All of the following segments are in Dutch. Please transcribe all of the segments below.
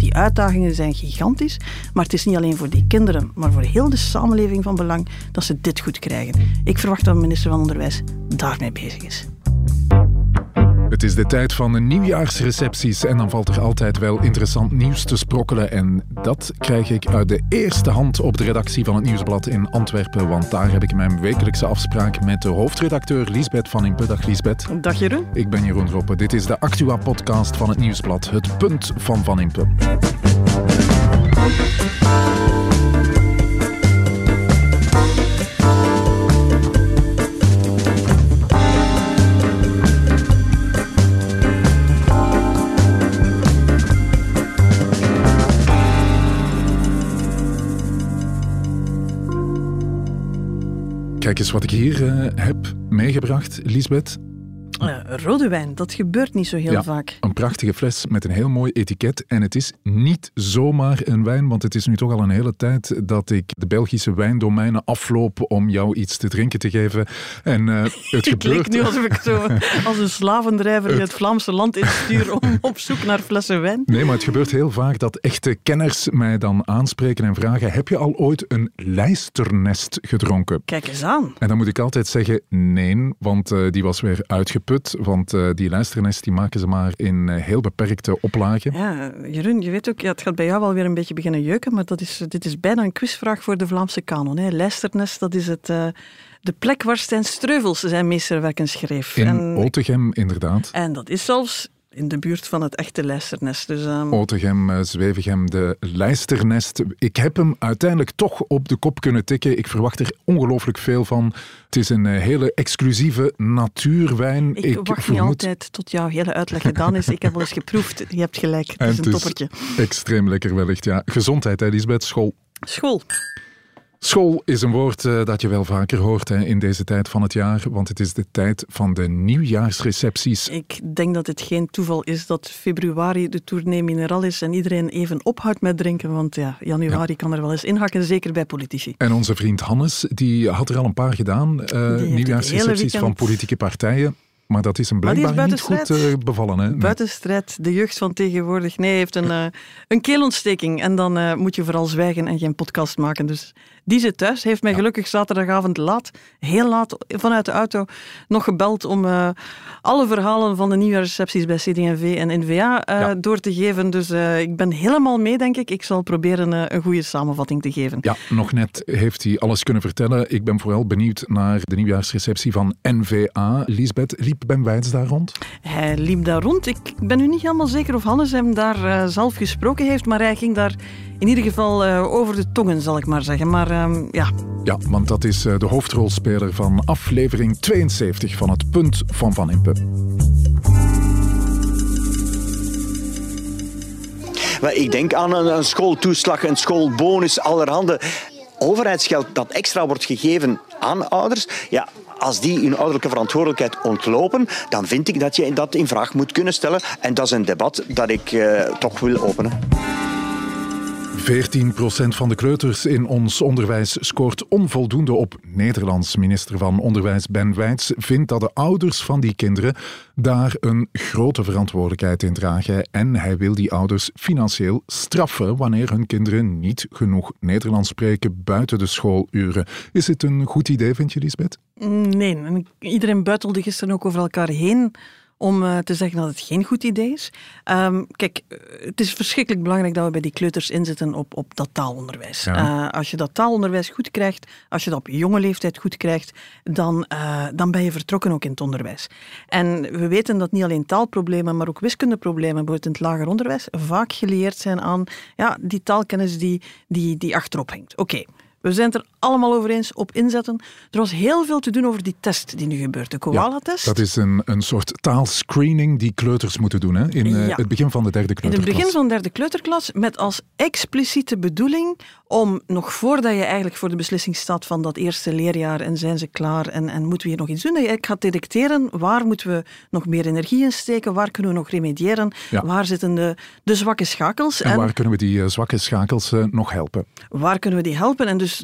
Die uitdagingen zijn gigantisch, maar het is niet alleen voor die kinderen, maar voor heel de samenleving van belang dat ze dit goed krijgen. Ik verwacht dat de minister van Onderwijs daarmee bezig is. Het is de tijd van de nieuwjaarsrecepties en dan valt er altijd wel interessant nieuws te sprokkelen. En dat krijg ik uit de eerste hand op de redactie van het Nieuwsblad in Antwerpen, want daar heb ik mijn wekelijkse afspraak met de hoofdredacteur Liesbeth Van Impe. Dag Liesbeth. Dag Jeroen. Ik ben Jeroen Roppe. Dit is de Actua-podcast van het Nieuwsblad, het punt van Van Impe. Kijk eens wat ik hier heb meegebracht, Liesbeth. Rode wijn, dat gebeurt niet zo heel vaak. Een prachtige fles met een heel mooi etiket. En het is niet zomaar een wijn, want het is nu toch al een hele tijd dat ik de Belgische wijndomeinen afloop om jou iets te drinken te geven. En het gebeurt... klinkt nu alsof ik zo als een slavendrijver in het Vlaamse land instuur om op zoek naar flessen wijn. Nee, maar het gebeurt heel vaak dat echte kenners mij dan aanspreken en vragen: heb je al ooit een lijsternest gedronken? Kijk eens aan. En dan moet ik altijd zeggen nee, want die was weer uitgeput. Want die lijsternest die maken ze maar in heel beperkte oplagen. Ja, Jeroen, je weet ook, het gaat bij jou wel weer een beetje beginnen jeuken, maar dit is bijna een quizvraag voor de Vlaamse kanon. Hè. Lijsternest, dat is de plek waar Stijn Streuvels zijn meesterwerken schreef. In Otegem, inderdaad. En dat is zelfs in de buurt van het echte lijsternest. Dus, Otegem, Zwevegem, de lijsternest. Ik heb hem uiteindelijk toch op de kop kunnen tikken. Ik verwacht er ongelooflijk veel van. Het is een hele exclusieve natuurwijn. Ik wacht niet altijd tot jouw hele uitleg gedaan is. Ik heb al eens geproefd. Je hebt gelijk, het is een toppertje. Extreem lekker wellicht, ja. Gezondheid, Elisabeth. School. School is een woord dat je wel vaker hoort in deze tijd van het jaar, want het is de tijd van de nieuwjaarsrecepties. Ik denk dat het geen toeval is dat februari de tournee mineraal is en iedereen even ophoudt met drinken, want januari kan er wel eens inhakken, zeker bij politici. En onze vriend Hannes, die had er al een paar gedaan, nieuwjaarsrecepties van politieke partijen. Maar dat is hem blijkbaar niet goed bevallen. Hè? Nee. Buitenstrijd, de jeugd van tegenwoordig. Nee, heeft een keelontsteking. En dan moet je vooral zwijgen en geen podcast maken. Dus die zit thuis. Heeft mij gelukkig zaterdagavond heel laat, vanuit de auto nog gebeld om alle verhalen van de nieuwjaarsrecepties bij CD&V en N-VA door te geven. Dus ik ben helemaal mee, denk ik. Ik zal proberen een goede samenvatting te geven. Ja, nog net heeft hij alles kunnen vertellen. Ik ben vooral benieuwd naar de nieuwjaarsreceptie van N-VA. Liesbeth, liep Ben Wijts daar rond? Hij liep daar rond. Ik ben nu niet helemaal zeker of Hannes hem daar zelf gesproken heeft, maar hij ging daar in ieder geval over de tongen, zal ik maar zeggen. Maar ja. Ja, want dat is de hoofdrolspeler van aflevering 72 van het punt van Van Impe. Ik denk aan een schooltoeslag, een schoolbonus, allerhande overheidsgeld dat extra wordt gegeven aan ouders. Ja, als die hun ouderlijke verantwoordelijkheid ontlopen, dan vind ik dat je dat in vraag moet kunnen stellen. En dat is een debat dat ik toch wil openen. 14% van de kleuters in ons onderwijs scoort onvoldoende op Nederlands. Minister van Onderwijs Ben Wijts vindt dat de ouders van die kinderen daar een grote verantwoordelijkheid in dragen. En hij wil die ouders financieel straffen wanneer hun kinderen niet genoeg Nederlands spreken buiten de schooluren. Is het een goed idee, vind je, Liesbeth? Nee, iedereen buitelde gisteren ook over elkaar heen om te zeggen dat het geen goed idee is. Kijk, het is verschrikkelijk belangrijk dat we bij die kleuters inzetten op dat taalonderwijs. Ja. Als je dat taalonderwijs goed krijgt, als je dat op jonge leeftijd goed krijgt, dan ben je vertrokken ook in het onderwijs. En we weten dat niet alleen taalproblemen, maar ook wiskundeproblemen, bijvoorbeeld in het lager onderwijs, vaak gelieerd zijn aan die taalkennis die achterop hangt. Oké. We zijn het er allemaal over eens, op inzetten. Er was heel veel te doen over die test die nu gebeurt, de koala-test. Ja, dat is een soort taalscreening die kleuters moeten doen, hè? In het begin van de derde kleuterklas. In het begin van de derde kleuterklas, met als expliciete bedoeling om nog voordat je eigenlijk voor de beslissing staat van dat eerste leerjaar en zijn ze klaar en moeten we hier nog iets doen, dat je eigenlijk gaat detecteren waar moeten we nog meer energie in steken, waar kunnen we nog remediëren, waar zitten de zwakke schakels. En waar kunnen we die zwakke schakels nog helpen? Waar kunnen we die helpen? En dus dat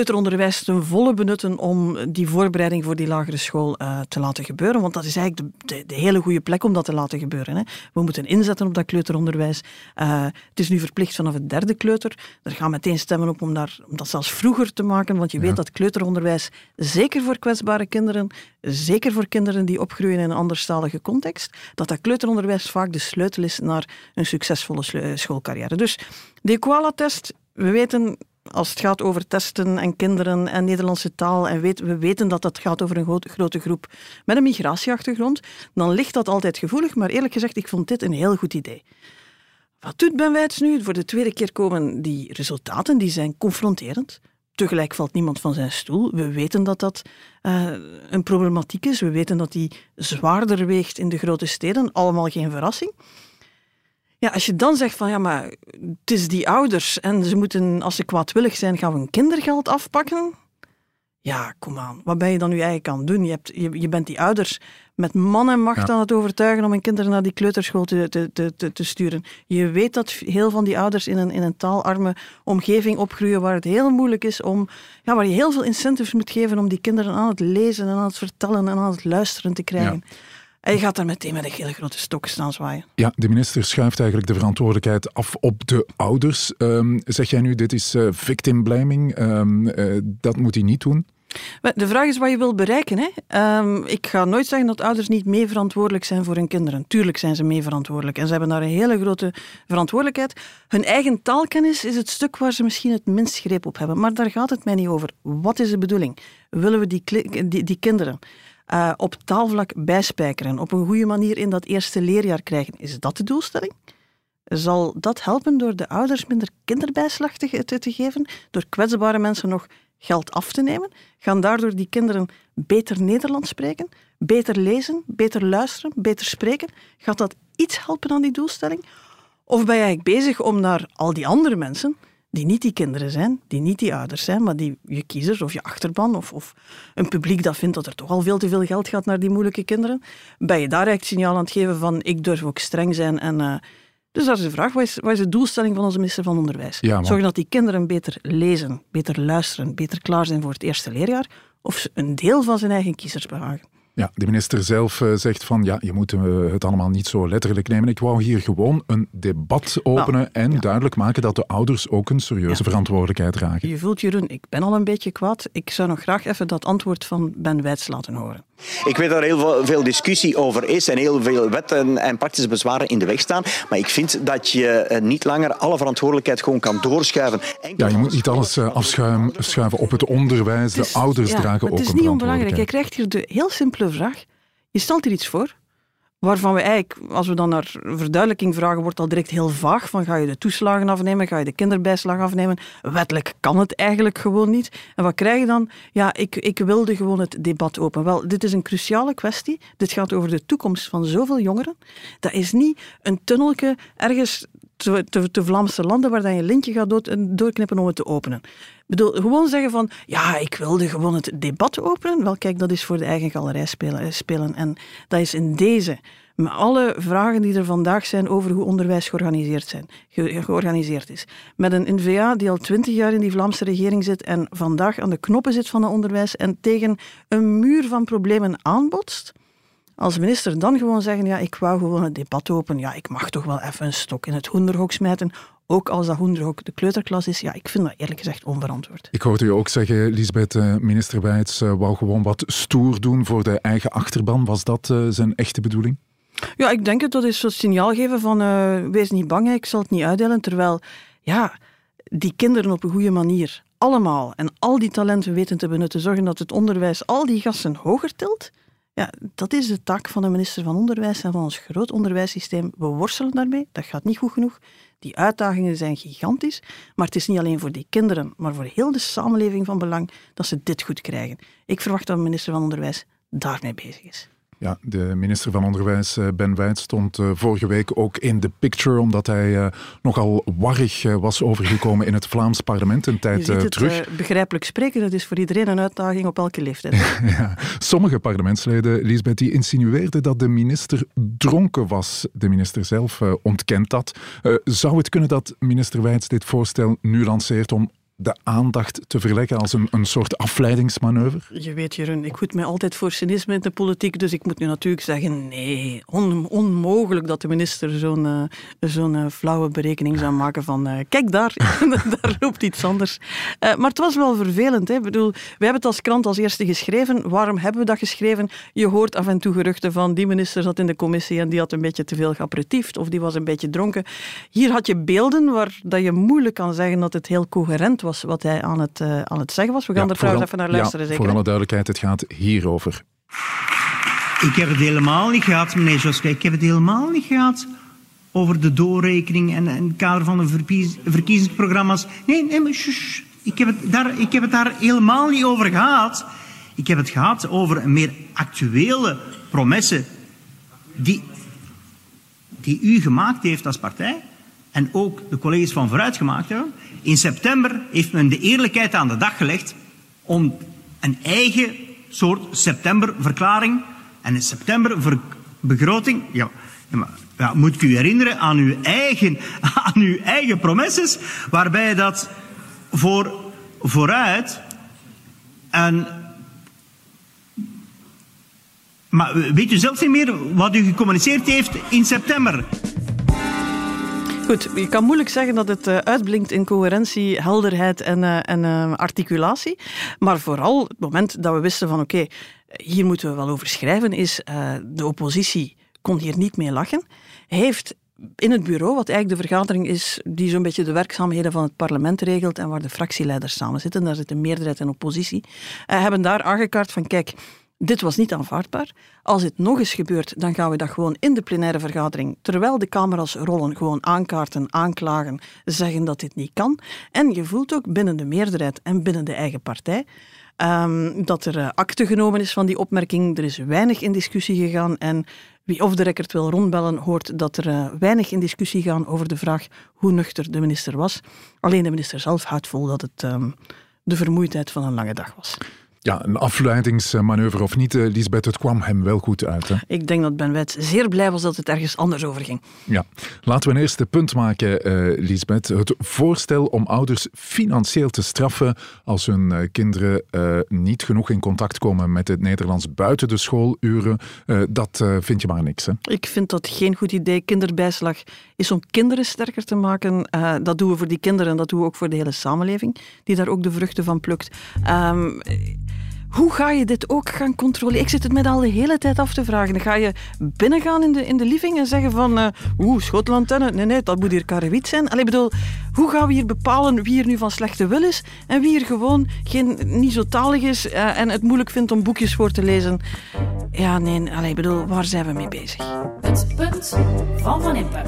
kleuteronderwijs ten volle benutten om die voorbereiding voor die lagere school te laten gebeuren. Want dat is eigenlijk de hele goede plek om dat te laten gebeuren. Hè. We moeten inzetten op dat kleuteronderwijs. Het is nu verplicht vanaf het 3e kleuter. Er gaan meteen stemmen op om dat zelfs vroeger te maken. Want je weet dat kleuteronderwijs, zeker voor kwetsbare kinderen, zeker voor kinderen die opgroeien in een anderstalige context, dat kleuteronderwijs vaak de sleutel is naar een succesvolle schoolcarrière. Dus de Equala-test, we weten, als het gaat over testen en kinderen en Nederlandse taal, en we weten dat het gaat over een grote groep met een migratieachtergrond, dan ligt dat altijd gevoelig, maar eerlijk gezegd, ik vond dit een heel goed idee. Wat doet Ben Wijts nu? Voor de tweede keer komen die resultaten, die zijn confronterend. Tegelijk valt niemand van zijn stoel. We weten dat dat een problematiek is. We weten dat die zwaarder weegt in de grote steden. Allemaal geen verrassing. Ja, als je dan zegt van ja, maar het is die ouders en ze moeten, als ze kwaadwillig zijn, gaan we hun kindergeld afpakken. Ja, kom aan. Wat ben je dan nu eigenlijk aan het doen? Je bent die ouders met man en macht aan het overtuigen om hun kinderen naar die kleuterschool te sturen. Je weet dat heel van die ouders in een taalarme omgeving opgroeien waar het heel moeilijk is waar je heel veel incentives moet geven om die kinderen aan het lezen en aan het vertellen en aan het luisteren te krijgen. Ja. En je gaat daar meteen met een hele grote stok staan zwaaien. Ja, de minister schuift eigenlijk de verantwoordelijkheid af op de ouders. Zeg jij nu, dit is victim blaming, dat moet hij niet doen? De vraag is wat je wilt bereiken. Hè? Ik ga nooit zeggen dat ouders niet mee verantwoordelijk zijn voor hun kinderen. Tuurlijk zijn ze mee verantwoordelijk en ze hebben daar een hele grote verantwoordelijkheid. Hun eigen taalkennis is het stuk waar ze misschien het minst greep op hebben. Maar daar gaat het mij niet over. Wat is de bedoeling? Willen we die kinderen op taalvlak bijspijkeren, op een goede manier in dat eerste leerjaar krijgen? Is dat de doelstelling? Zal dat helpen door de ouders minder kinderbijslag te geven? Door kwetsbare mensen nog geld af te nemen? Gaan daardoor die kinderen beter Nederlands spreken? Beter lezen? Beter luisteren? Beter spreken? Gaat dat iets helpen aan die doelstelling? Of ben je eigenlijk bezig om naar al die andere mensen, die niet die kinderen zijn, die niet die ouders zijn, maar die je kiezers of je achterban of een publiek dat vindt dat er toch al veel te veel geld gaat naar die moeilijke kinderen, ben je daar eigenlijk het signaal aan het geven van ik durf ook streng zijn en... Dus dat is de vraag, wat is de doelstelling van onze minister van Onderwijs? Ja, zorgen dat die kinderen beter lezen, beter luisteren, beter klaar zijn voor het eerste leerjaar, of een deel van zijn eigen kiezers behagen? Ja, de minister zelf zegt van ja, je moet het allemaal niet zo letterlijk nemen. Ik wou hier gewoon een debat openen en duidelijk maken dat de ouders ook een serieuze verantwoordelijkheid dragen. Je voelt, Jeroen, ik ben al een beetje kwaad. Ik zou nog graag even dat antwoord van Ben Wijts laten horen. Ik weet dat er heel veel discussie over is en heel veel wetten en praktische bezwaren in de weg staan. Maar ik vind dat je niet langer alle verantwoordelijkheid gewoon kan doorschuiven. Ja, je moet niet alles afschuiven op het onderwijs. De ouders dragen ook een verantwoordelijkheid. Het is niet onbelangrijk. Je krijgt hier de heel simpele vraag. Je stelt hier iets voor waarvan we eigenlijk, als we dan naar verduidelijking vragen, wordt al direct heel vaag. Van ga je de toeslagen afnemen, ga je de kinderbijslag afnemen? Wettelijk kan het eigenlijk gewoon niet. En wat krijg je dan? Ja, ik wilde gewoon het debat open. Wel, dit is een cruciale kwestie. Dit gaat over de toekomst van zoveel jongeren. Dat is niet een tunneltje ergens te Vlaamse landen waar dan je lintje gaat doorknippen om het te openen. Ik bedoel, gewoon zeggen van, ja, ik wilde gewoon het debat openen. Wel, kijk, dat is voor de eigen galerij spelen. En dat is in deze, met alle vragen die er vandaag zijn over hoe onderwijs georganiseerd is. Met een N-VA die al 20 jaar in die Vlaamse regering zit en vandaag aan de knoppen zit van het onderwijs en tegen een muur van problemen aanbotst. Als minister dan gewoon zeggen, ja, ik wou gewoon het debat open. Ja, ik mag toch wel even een stok in het hoenderhok smijten. Ook als dat hoenderhok de kleuterklas is. Ja, ik vind dat eerlijk gezegd onverantwoord. Ik hoorde u ook zeggen, Liesbeth, minister Wijts wou gewoon wat stoer doen voor de eigen achterban. Was dat zijn echte bedoeling? Ja, ik denk dat is het signaal geven van wees niet bang, ik zal het niet uitdelen. Terwijl, ja, die kinderen op een goede manier allemaal en al die talenten weten te benutten, zorgen dat het onderwijs al die gasten hoger tilt. Ja, dat is de taak van de minister van Onderwijs en van ons groot onderwijssysteem. We worstelen daarmee, dat gaat niet goed genoeg. Die uitdagingen zijn gigantisch, maar het is niet alleen voor die kinderen, maar voor heel de samenleving van belang dat ze dit goed krijgen. Ik verwacht dat de minister van Onderwijs daarmee bezig is. Ja, de minister van Onderwijs, Ben Wijts, stond vorige week ook in de picture, omdat hij nogal warrig was overgekomen in het Vlaams parlement een tijd terug. Begrijpelijk spreken, dat is voor iedereen een uitdaging op elke leeftijd. Ja, sommige parlementsleden, Liesbeth, die insinueerden dat de minister dronken was. De minister zelf ontkent dat. Zou het kunnen dat minister Wijts dit voorstel nu lanceert om de aandacht te verleggen als een soort afleidingsmanoeuvre? Je weet, Jeroen, ik hoed mij altijd voor cynisme in de politiek, dus ik moet nu natuurlijk zeggen, nee, onmogelijk dat de minister zo'n flauwe berekening zou maken van, kijk daar, daar loopt iets anders. Maar het was wel vervelend. Hè? Ik bedoel, wij hebben het als krant als eerste geschreven. Waarom hebben we dat geschreven? Je hoort af en toe geruchten van, die minister zat in de commissie en die had een beetje te veel geaperitiefd of die was een beetje dronken. Hier had je beelden waar dat je moeilijk kan zeggen dat het heel coherent was wat hij aan het zeggen was. We gaan er trouwens even naar luisteren. Zeker, voor alle duidelijkheid, het gaat hierover. Ik heb het helemaal niet gehad, meneer Joske. Ik heb het helemaal niet gehad over de doorrekening en het kader van de verkiezingsprogramma's. Nee, maar shush. Ik heb het daar helemaal niet over gehad. Ik heb het gehad over een meer actuele promesse die u gemaakt heeft als partij en ook de collega's van Vooruit gemaakt hebben. In september heeft men de eerlijkheid aan de dag gelegd om een eigen soort septemberverklaring en een septemberbegroting. Ja, moet ik u herinneren aan uw eigen promesses, waarbij dat voor Vooruit en... Maar weet u zelf niet meer wat u gecommuniceerd heeft in september? Goed, je kan moeilijk zeggen dat het uitblinkt in coherentie, helderheid en articulatie. Maar vooral het moment dat we wisten van oké, hier moeten we wel over schrijven, is de oppositie kon hier niet mee lachen. Heeft in het bureau, wat eigenlijk de vergadering is die zo'n beetje de werkzaamheden van het parlement regelt en waar de fractieleiders samen zitten, daar zit een meerderheid en oppositie, hebben daar aangekaart van kijk, dit was niet aanvaardbaar. Als dit nog eens gebeurt, dan gaan we dat gewoon in de plenaire vergadering, terwijl de camera's rollen, gewoon aankaarten, aanklagen, zeggen dat dit niet kan. En je voelt ook binnen de meerderheid en binnen de eigen partij dat er akte genomen is van die opmerking. Er is weinig in discussie gegaan en wie off the record wil rondbellen, hoort dat er weinig in discussie gaan over de vraag hoe nuchter de minister was. Alleen de minister zelf houdt vol dat het de vermoeidheid van een lange dag was. Ja, een afleidingsmanoeuvre of niet, Liesbeth, het kwam hem wel goed uit. Hè? Ik denk dat Ben Wijts zeer blij was dat het ergens anders over ging. Ja, laten we een eerste punt maken, Liesbeth. Het voorstel om ouders financieel te straffen als hun kinderen niet genoeg in contact komen met het Nederlands buiten de schooluren, dat vind je maar niks. Hè? Ik vind dat geen goed idee. Kinderbijslag is om kinderen sterker te maken. Dat doen we voor die kinderen en dat doen we ook voor de hele samenleving, die daar ook de vruchten van plukt. Hoe ga je dit ook gaan controleren? Ik zit het met al de hele tijd af te vragen. Ga je binnengaan in de living en zeggen van schotelantenne? Nee, dat moet hier karrewiet zijn. Allee, bedoel, hoe gaan we hier bepalen wie hier nu van slechte wil is en wie hier gewoon niet zo talig is en het moeilijk vindt om boekjes voor te lezen? Ja, nee, allee, bedoel, waar zijn we mee bezig? Het punt van Van Impe.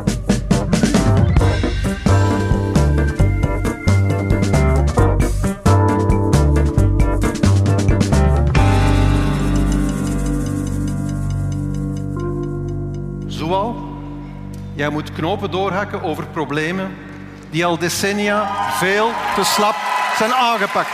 Zoal, jij moet knopen doorhakken over problemen die al decennia veel te slap zijn aangepakt.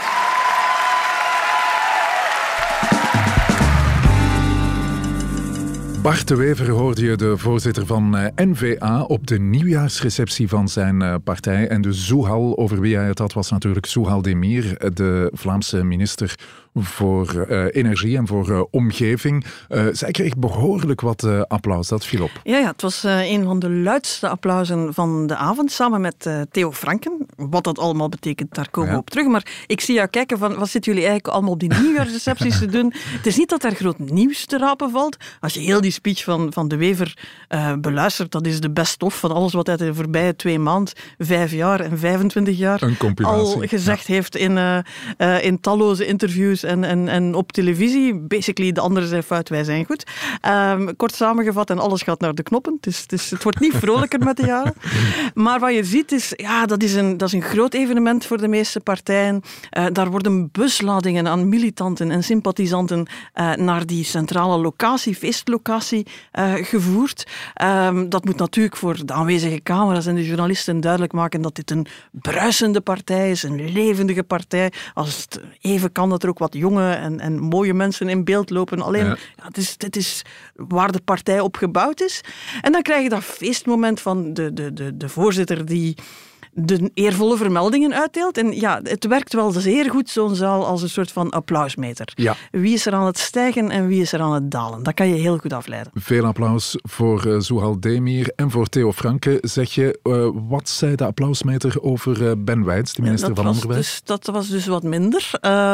Bart de Wever hoorde je, de voorzitter van N-VA, op de nieuwjaarsreceptie van zijn partij. En de Zouhal, over wie hij het had, was natuurlijk Zouhal Demir, de Vlaamse minister voor energie en voor omgeving. Zij kreeg behoorlijk wat applaus, dat viel op. Ja, het was een van de luidste applausen van de avond, samen met Theo Franken. Wat dat allemaal betekent, daar komen we op terug. Maar ik zie jou kijken van, wat zitten jullie eigenlijk allemaal op die nieuwjaarsrecepties te doen? Het is niet dat er groot nieuws te rapen valt. Als je heel die speech van de Wever beluistert, dat is de best-of van alles wat hij de voorbije 2 maanden, 5 jaar en 25 jaar al gezegd heeft in talloze interviews en op televisie. Basically, de anderen zijn fout, wij zijn goed. Kort samengevat, en alles gaat naar de knoppen. Het wordt niet vrolijker met de jaren. Maar wat je ziet is, ja, dat is een groot evenement voor de meeste partijen. Daar worden busladingen aan militanten en sympathisanten naar die centrale locatie, feestlocatie, gevoerd. Dat moet natuurlijk voor de aanwezige camera's en de journalisten duidelijk maken dat dit een bruisende partij is, een levendige partij. Als het even kan, dat er ook wat wat jonge en mooie mensen in beeld lopen. Alleen, dit is waar de partij op gebouwd is. En dan krijg je dat feestmoment van de voorzitter die de eervolle vermeldingen uitdeelt. En ja, het werkt wel zeer goed, zo'n zaal, als een soort van applausmeter. Ja. Wie is er aan het stijgen en wie is er aan het dalen? Dat kan je heel goed afleiden. Veel applaus voor Zouhal Demir en voor Theo Franke. Zeg je, wat zei de applausmeter over Ben Wijts, de minister van Onderwijs? Dat was dus wat minder.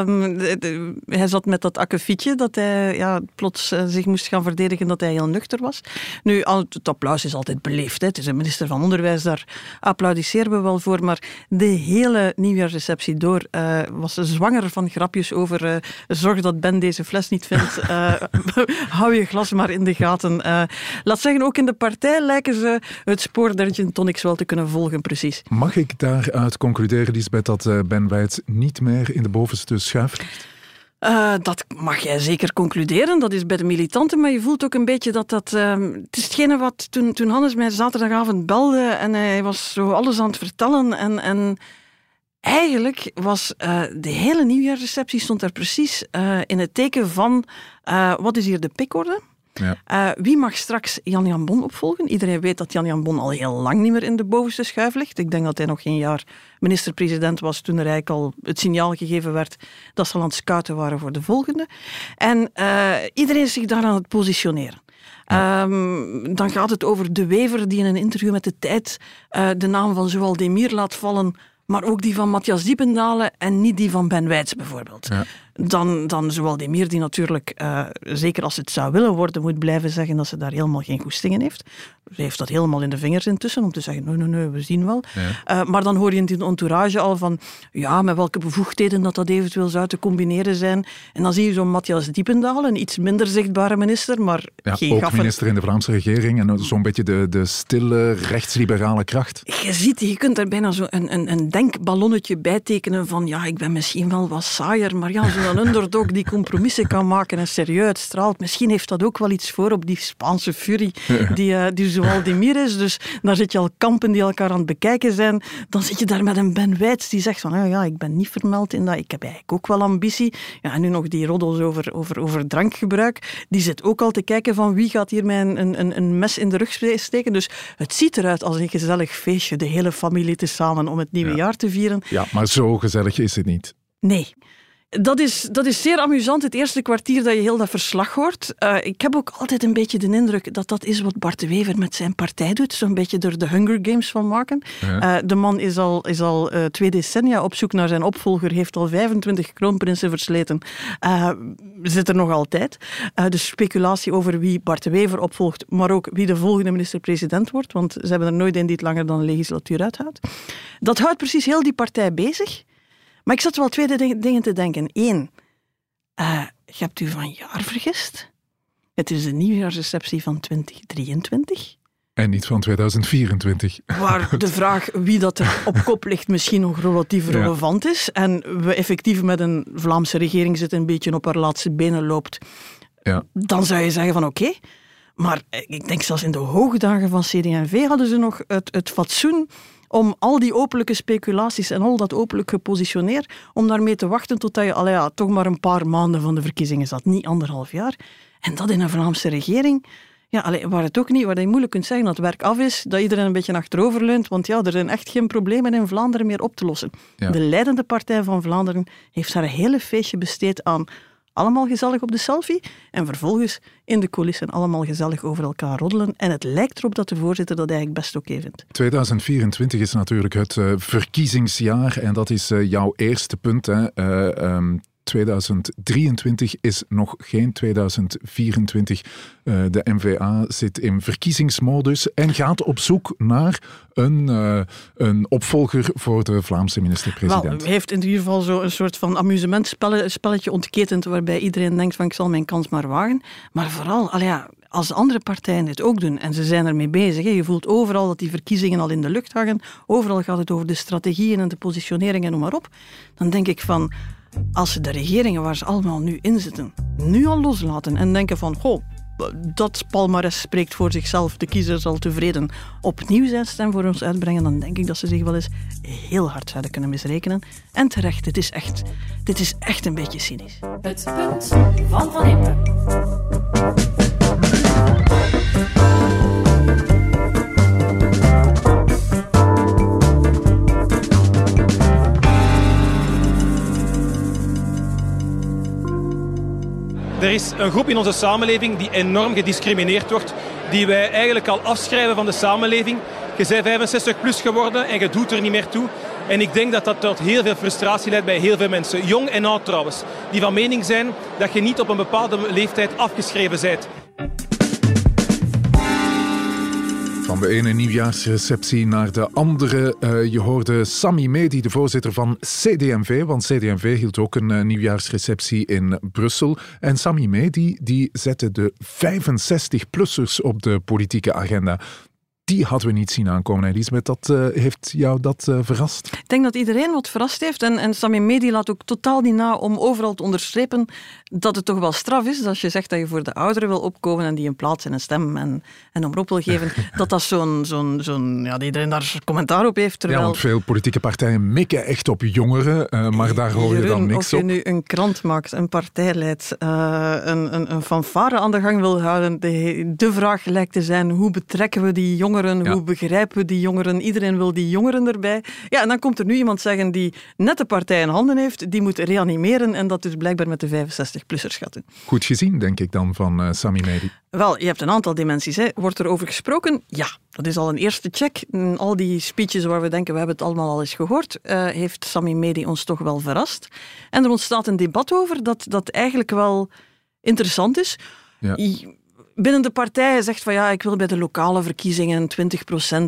Hij zat met dat akkefietje dat hij plots zich moest gaan verdedigen dat hij heel nuchter was. Nu, het applaus is altijd beleefd. Hè. Het is een minister van Onderwijs, daar applaudisseren we wel voor, maar de hele nieuwjaarsreceptie door was ze zwanger van grapjes over zorg dat Ben deze fles niet vindt. Hou je glas maar in de gaten. Laat zeggen, ook in de partij lijken ze het spoor der gin tonics wel te kunnen volgen, precies. Mag ik daaruit concluderen, Liesbeth, dat Ben Wijts niet meer in de bovenste schuif ligt? Dat mag jij zeker concluderen. Dat is bij de militanten, maar je voelt ook een beetje dat het is hetgene wat toen Hannes mij zaterdagavond belde en hij was zo alles aan het vertellen en eigenlijk was de hele nieuwjaarsreceptie stond daar precies in het teken van wat is hier de pikorde? Ja. Wie mag straks Jan Bon opvolgen? Iedereen weet dat Jan Bon al heel lang niet meer in de bovenste schuif ligt. Ik denk dat hij nog geen jaar minister-president was toen er eigenlijk al het signaal gegeven werd dat ze aan het scouten waren voor de volgende. En iedereen is zich daar aan het positioneren. Dan gaat het over De Wever die in een interview met De Tijd de naam van Zouhal Demir laat vallen, maar ook die van Matthias Diependalen en niet die van Ben Wijts bijvoorbeeld. Ja. Dan Zouhal Demir die natuurlijk, zeker als het zou willen worden, moet blijven zeggen dat ze daar helemaal geen goesting in heeft. Ze heeft dat helemaal in de vingers intussen om te zeggen, nee, we zien wel. Ja. Maar dan hoor je in die entourage al van, ja, met welke bevoegdheden dat eventueel zou te combineren zijn. En dan zie je zo'n Matthias Diependalen, een iets minder zichtbare minister, maar geen ook gaffen. Minister in de Vlaamse regering en zo'n beetje de stille rechtsliberale kracht. Je kunt daar bijna zo een denkballonnetje bij tekenen van, ja, ik ben misschien wel wat saaier, maar ja, zo'n underdog die compromissen kan maken en serieus uitstraalt, misschien heeft dat ook wel iets voor op die Spaanse furie die Zouhal Demir is. Dus daar zit je al kampen die elkaar aan het bekijken zijn. Dan zit je daar met een Ben Wijts die zegt van, ja, ik ben niet vermeld in dat, ik heb eigenlijk ook wel ambitie. Ja, en nu nog die roddels over drankgebruik. Die zit ook al te kijken van wie gaat hier mij een mes in de rug steken. Dus het ziet eruit als een gezellig feestje, de hele familie tezamen om het nieuwe jaar te vieren. Ja, maar zo gezellig is het niet. Nee. Dat is zeer amusant, het eerste kwartier dat je heel dat verslag hoort. Ik heb ook altijd een beetje de indruk dat is wat Bart de Wever met zijn partij doet. Zo'n beetje er de Hunger Games van maken. Ja. De man is al 2 decennia op zoek naar zijn opvolger, heeft al 25 kroonprinsen versleten. Zit er nog altijd. De speculatie over wie Bart de Wever opvolgt, maar ook wie de volgende minister-president wordt, want ze hebben er nooit een die het langer dan een legislatuur uithoudt. Dat houdt precies heel die partij bezig. Maar ik zat wel 2 dingen te denken. 1, je hebt u van jaar vergist. Het is de nieuwjaarsreceptie van 2023. En niet van 2024. Waar de vraag wie dat er op kop ligt misschien nog relatief relevant is. En we effectief met een Vlaamse regering zitten een beetje op haar laatste benen loopt. Ja. Dan zou je zeggen van oké. Maar ik denk zelfs in de hoogdagen van CD&V hadden ze nog het fatsoen om al die openlijke speculaties en al dat openlijk gepositioneerd, om daarmee te wachten totdat je toch maar een paar maanden van de verkiezingen zat. Niet 1,5 jaar. En dat in een Vlaamse regering. Ja, waar je moeilijk kunt zeggen dat het werk af is, dat iedereen een beetje achterover leunt, want ja, er zijn echt geen problemen in Vlaanderen meer op te lossen. Ja. De leidende partij van Vlaanderen heeft haar hele feestje besteed aan allemaal gezellig op de selfie en vervolgens in de coulissen allemaal gezellig over elkaar roddelen. En het lijkt erop dat de voorzitter dat eigenlijk best oké vindt. 2024 is natuurlijk het verkiezingsjaar en dat is jouw eerste punt. Hè. 2023 is nog geen 2024. De N-VA zit in verkiezingsmodus en gaat op zoek naar een opvolger voor de Vlaamse minister-president. Wel, hij heeft in ieder geval zo een soort van amusementspelletje ontketend waarbij iedereen denkt van ik zal mijn kans maar wagen. Maar vooral, als andere partijen dit ook doen en ze zijn ermee bezig, je voelt overal dat die verkiezingen al in de lucht hangen, overal gaat het over de strategieën en de positionering en noem maar op, dan denk ik van, als ze de regeringen waar ze allemaal nu in zitten, nu al loslaten en denken van, dat palmares spreekt voor zichzelf. De kiezer zal tevreden opnieuw zijn stem voor ons uitbrengen. Dan denk ik dat ze zich wel eens heel hard zouden kunnen misrekenen. En terecht, dit is echt een beetje cynisch. Het punt van Van Impe. Er is een groep in onze samenleving die enorm gediscrimineerd wordt, die wij eigenlijk al afschrijven van de samenleving. Je bent 65 plus geworden en je doet er niet meer toe. En ik denk dat dat tot heel veel frustratie leidt bij heel veel mensen, jong en oud trouwens, die van mening zijn dat je niet op een bepaalde leeftijd afgeschreven bent. Van de ene nieuwjaarsreceptie naar de andere. Je hoorde Sami Medi, de voorzitter van CD&V, want CD&V hield ook een nieuwjaarsreceptie in Brussel. En Sami Medi die zette de 65-plussers op de politieke agenda. Die hadden we niet zien aankomen, Elisabeth. Heeft jou dat verrast? Ik denk dat iedereen wat verrast heeft. En Sami Medi laat ook totaal niet na om overal te onderstrepen dat het toch wel straf is. Als je zegt dat je voor de ouderen wil opkomen en die een plaats en een stem en omroep wil geven, dat zo'n dat iedereen daar commentaar op heeft. Terwijl... Ja, want veel politieke partijen mikken echt op jongeren, maar daar hoor je dan niks op. Of je nu een krant maakt, een partij leidt, een fanfare aan de gang wil houden, de vraag lijkt te zijn, hoe betrekken we die jongeren? Hoe begrijpen we die jongeren? Iedereen wil die jongeren erbij. Ja, en dan komt er nu iemand zeggen die net de partij in handen heeft, die moet reanimeren en dat dus blijkbaar met de 65-plussers gaat doen. Goed gezien, denk ik dan, van Sami Medi. Wel, je hebt een aantal dimensies. Hè. Wordt er over gesproken? Ja, dat is al een eerste check. In al die speeches waar we denken, we hebben het allemaal al eens gehoord, heeft Sami Medi ons toch wel verrast. En er ontstaat een debat over dat eigenlijk wel interessant is. Ja. Binnen de partij zegt van ja, ik wil bij de lokale verkiezingen 20%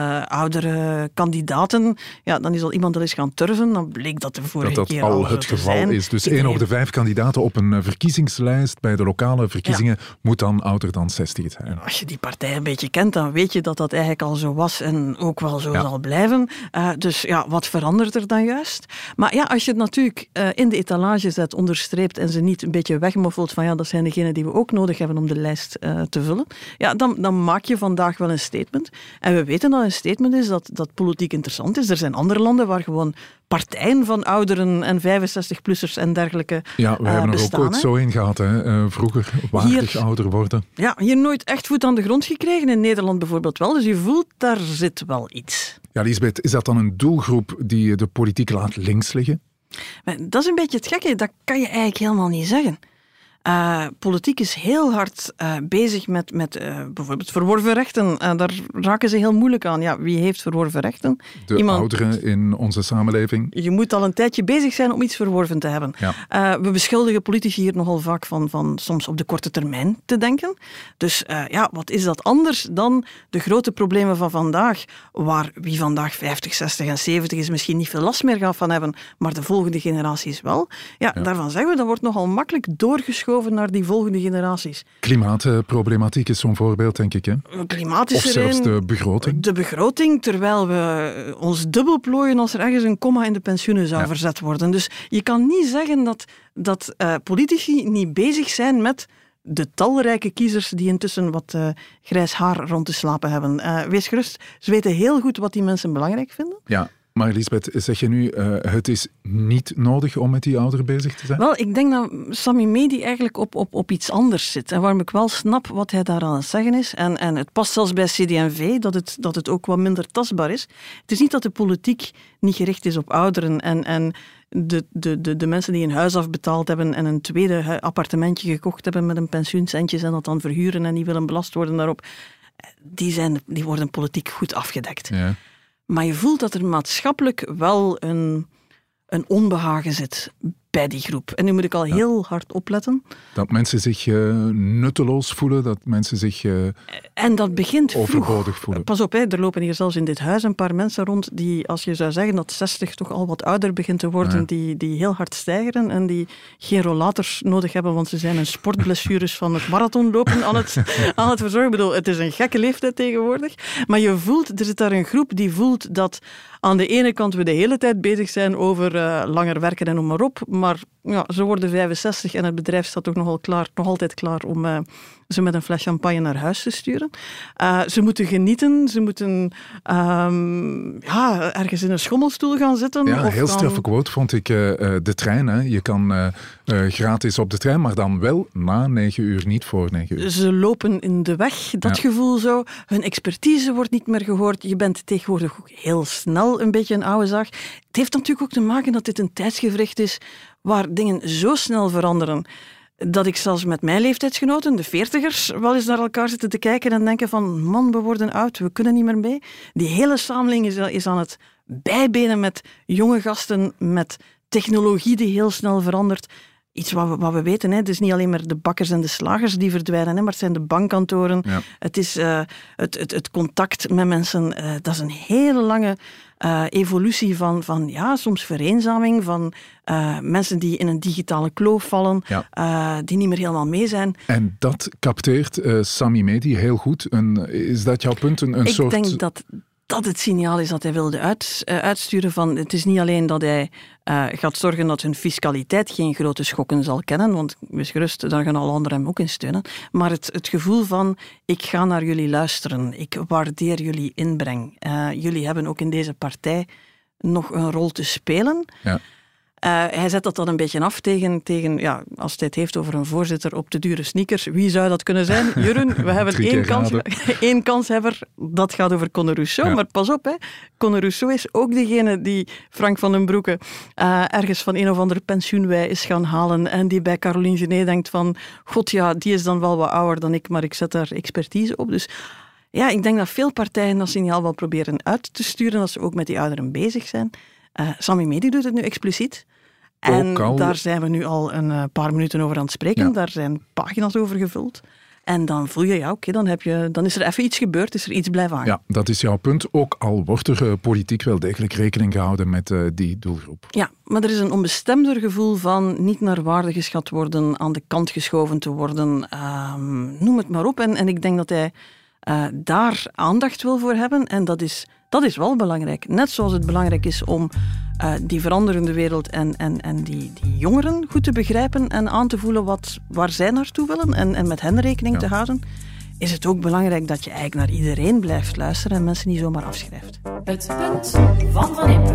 oudere kandidaten. Ja, dan is al iemand er eens gaan turven. Dan bleek dat de vorige keer al het geval is. Dus 1 op de 5 kandidaten op een verkiezingslijst bij de lokale verkiezingen moet dan ouder dan 60 zijn. Als je die partij een beetje kent, dan weet je dat dat eigenlijk al zo was en ook wel zo zal blijven. Dus ja, wat verandert er dan juist? Maar ja, als je het natuurlijk in de etalage zet, onderstreept en ze niet een beetje wegmoffelt van ja, dat zijn degenen die we ook nodig hebben om de lijst te vullen, ja, dan maak je vandaag wel een statement. En we weten dat een statement is dat politiek interessant is. Er zijn andere landen waar gewoon partijen van ouderen en 65-plussers en dergelijke ja, we hebben er ook ooit zo in gehad, hè? Vroeger waardig ouder worden. Ja, hier nooit echt voet aan de grond gekregen. In Nederland bijvoorbeeld wel. Dus je voelt, daar zit wel iets. Ja, Lisbeth, is dat dan een doelgroep die de politiek laat links liggen? Maar dat is een beetje het gekke. Dat kan je eigenlijk helemaal niet zeggen. Politiek is heel hard bezig met bijvoorbeeld verworven rechten. Daar raken ze heel moeilijk aan. Ja, wie heeft verworven rechten? Ouderen in onze samenleving. Je moet al een tijdje bezig zijn om iets verworven te hebben. Ja. We beschuldigen politici hier nogal vaak van soms op de korte termijn te denken. Dus wat is dat anders dan de grote problemen van vandaag, waar wie vandaag 50, 60 en 70 is misschien niet veel last meer gaat van hebben, maar de volgende generaties wel. Ja, daarvan zeggen we, dat wordt nogal makkelijk doorgeschoven naar die volgende generaties. Klimaatproblematiek is zo'n voorbeeld, denk ik. Hè? Klimaat is of zelfs de begroting. De begroting, terwijl we ons dubbel plooien als er ergens een komma in de pensioenen zou verzet worden. Dus je kan niet zeggen dat politici niet bezig zijn met de talrijke kiezers die intussen wat grijs haar rond te slapen hebben. Wees gerust, ze weten heel goed wat die mensen belangrijk vinden. Ja. Maar Elisabeth, zeg je nu, het is niet nodig om met die ouderen bezig te zijn? Wel, ik denk dat Sami Medi eigenlijk op iets anders zit. En waarom ik wel snap wat hij daar aan het zeggen is. En het past zelfs bij CD&V dat het ook wat minder tastbaar is. Het is niet dat de politiek niet gericht is op ouderen en de mensen die een huis afbetaald hebben en een tweede appartementje gekocht hebben met een pensioencentjes en dat dan verhuren en die willen belast worden daarop. Die worden politiek goed afgedekt. Ja. Maar je voelt dat er maatschappelijk wel een onbehagen zit bij die groep. En nu moet ik al heel hard opletten. Dat mensen zich nutteloos voelen, dat mensen zich en dat begint overbodig voelen. Pas op, er lopen hier zelfs in dit huis een paar mensen rond die, als je zou zeggen dat 60 toch al wat ouder begint te worden, die heel hard stijgeren en die geen rollators nodig hebben, want ze zijn een sportblessures van het marathonlopen aan het verzorgen. Ik bedoel, het is een gekke leeftijd tegenwoordig. Maar je voelt, er zit daar een groep die voelt dat aan de ene kant we de hele tijd bezig zijn over langer werken en noem maar op, maar ja, ze worden 65 en het bedrijf staat ook nog altijd klaar om ze met een fles champagne naar huis te sturen. Ze moeten genieten, ze moeten ergens in een schommelstoel gaan zitten. Ja, of heel straffe quote vond ik de trein. Hè. Je kan gratis op de trein, maar dan wel na 9 uur, niet voor 9 uur. Ze lopen in de weg, dat gevoel zo. Hun expertise wordt niet meer gehoord. Je bent tegenwoordig ook heel snel een beetje een oude zaag. Het heeft natuurlijk ook te maken dat dit een tijdsgevricht is waar dingen zo snel veranderen dat ik zelfs met mijn leeftijdsgenoten, de 40ers, wel eens naar elkaar zitten te kijken en denken van, man, we worden oud, we kunnen niet meer mee. Die hele samenleving is aan het bijbenen met jonge gasten, met technologie die heel snel verandert. Iets wat we weten, hè. Het is niet alleen maar de bakkers en de slagers die verdwijnen, hè, maar het zijn de bankkantoren. Ja. Het is het contact met mensen. Dat is een hele lange evolutie van soms vereenzaming, van mensen die in een digitale kloof vallen, die niet meer helemaal mee zijn. En dat capteert Sami Medi heel goed. Is dat jouw punt? Ik denk dat het signaal is dat hij wilde uitsturen van het is niet alleen dat hij gaat zorgen dat hun fiscaliteit geen grote schokken zal kennen, want wees gerust, daar gaan alle anderen hem ook in steunen, maar het gevoel van ik ga naar jullie luisteren, ik waardeer jullie inbreng. Jullie hebben ook in deze partij nog een rol te spelen. Ja. Hij zet dat dan een beetje af tegen als hij het heeft over een voorzitter op de dure sneakers. Wie zou dat kunnen zijn? Jeroen, we hebben één kanshebber. Dat gaat over Conor Rousseau. Ja. Maar pas op, hè. Conor Rousseau is ook degene die Frank van den Broeke ergens van een of andere pensioenwei is gaan halen en die bij Caroline Genet denkt van god ja, die is dan wel wat ouder dan ik, maar ik zet daar expertise op. Dus ja, ik denk dat veel partijen dat signaal wel proberen uit te sturen, dat ze ook met die ouderen bezig zijn. Sami Medi doet het nu expliciet. En daar zijn we nu al een paar minuten over aan het spreken. Ja. Daar zijn pagina's over gevuld. En dan voel je, dan is er even iets gebeurd, is er iets blijven hangen. Ja, dat is jouw punt. Ook al wordt er politiek wel degelijk rekening gehouden met die doelgroep. Ja, maar er is een onbestemder gevoel van niet naar waarde geschat worden, aan de kant geschoven te worden. Noem het maar op. En ik denk dat hij daar aandacht wil voor hebben. En dat is wel belangrijk. Net zoals het belangrijk is om die veranderende wereld en die jongeren goed te begrijpen en aan te voelen waar zij naartoe willen en met hen rekening te houden, is het ook belangrijk dat je eigenlijk naar iedereen blijft luisteren en mensen niet zomaar afschrijft. Het punt van Van Impe.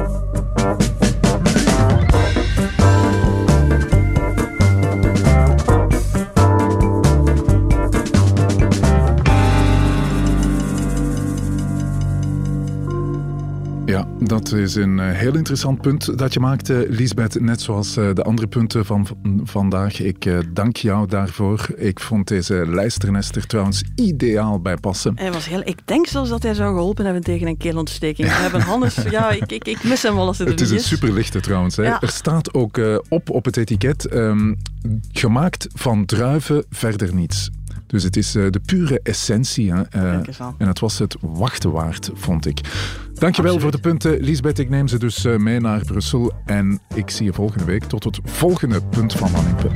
Ja, dat is een heel interessant punt dat je maakte, Liesbeth. Net zoals de andere punten van vandaag. Ik dank jou daarvoor. Ik vond deze lijsternest er trouwens ideaal bij passen. Ik denk zelfs dat hij zou geholpen hebben tegen een keelontsteking. We hebben Hannes, ik mis hem wel als het er niet is. Het is een superlichte trouwens. Hè. Ja. Er staat ook op het etiket, gemaakt van druiven, verder niets. Dus het is de pure essentie. Hè. En het was het wachten waard, vond ik. Dankjewel voor de punten, Liesbeth. Ik neem ze dus mee naar Brussel. En ik zie je volgende week. Tot het volgende punt van Van Impe.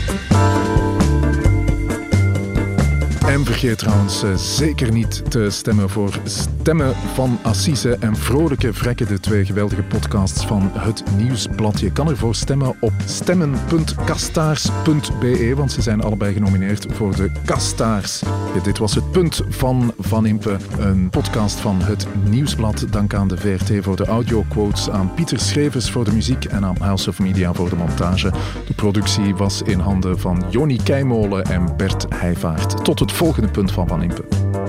En vergeet trouwens zeker niet te stemmen voor Stemmen van Assise en Vrolijke Vrekken, de 2 geweldige podcasts van Het Nieuwsblad. Je kan ervoor stemmen op stemmen.kastaars.be, want ze zijn allebei genomineerd voor de Kastaars. Ja, dit was het punt van Van Impe, een podcast van Het Nieuwsblad. Dank aan de VRT voor de audioquotes, aan Pieter Schrevers voor de muziek en aan House of Media voor de montage. De productie was in handen van Jonny Keimolen en Bert Heijvaart. Tot het volgende punt van Van Impe.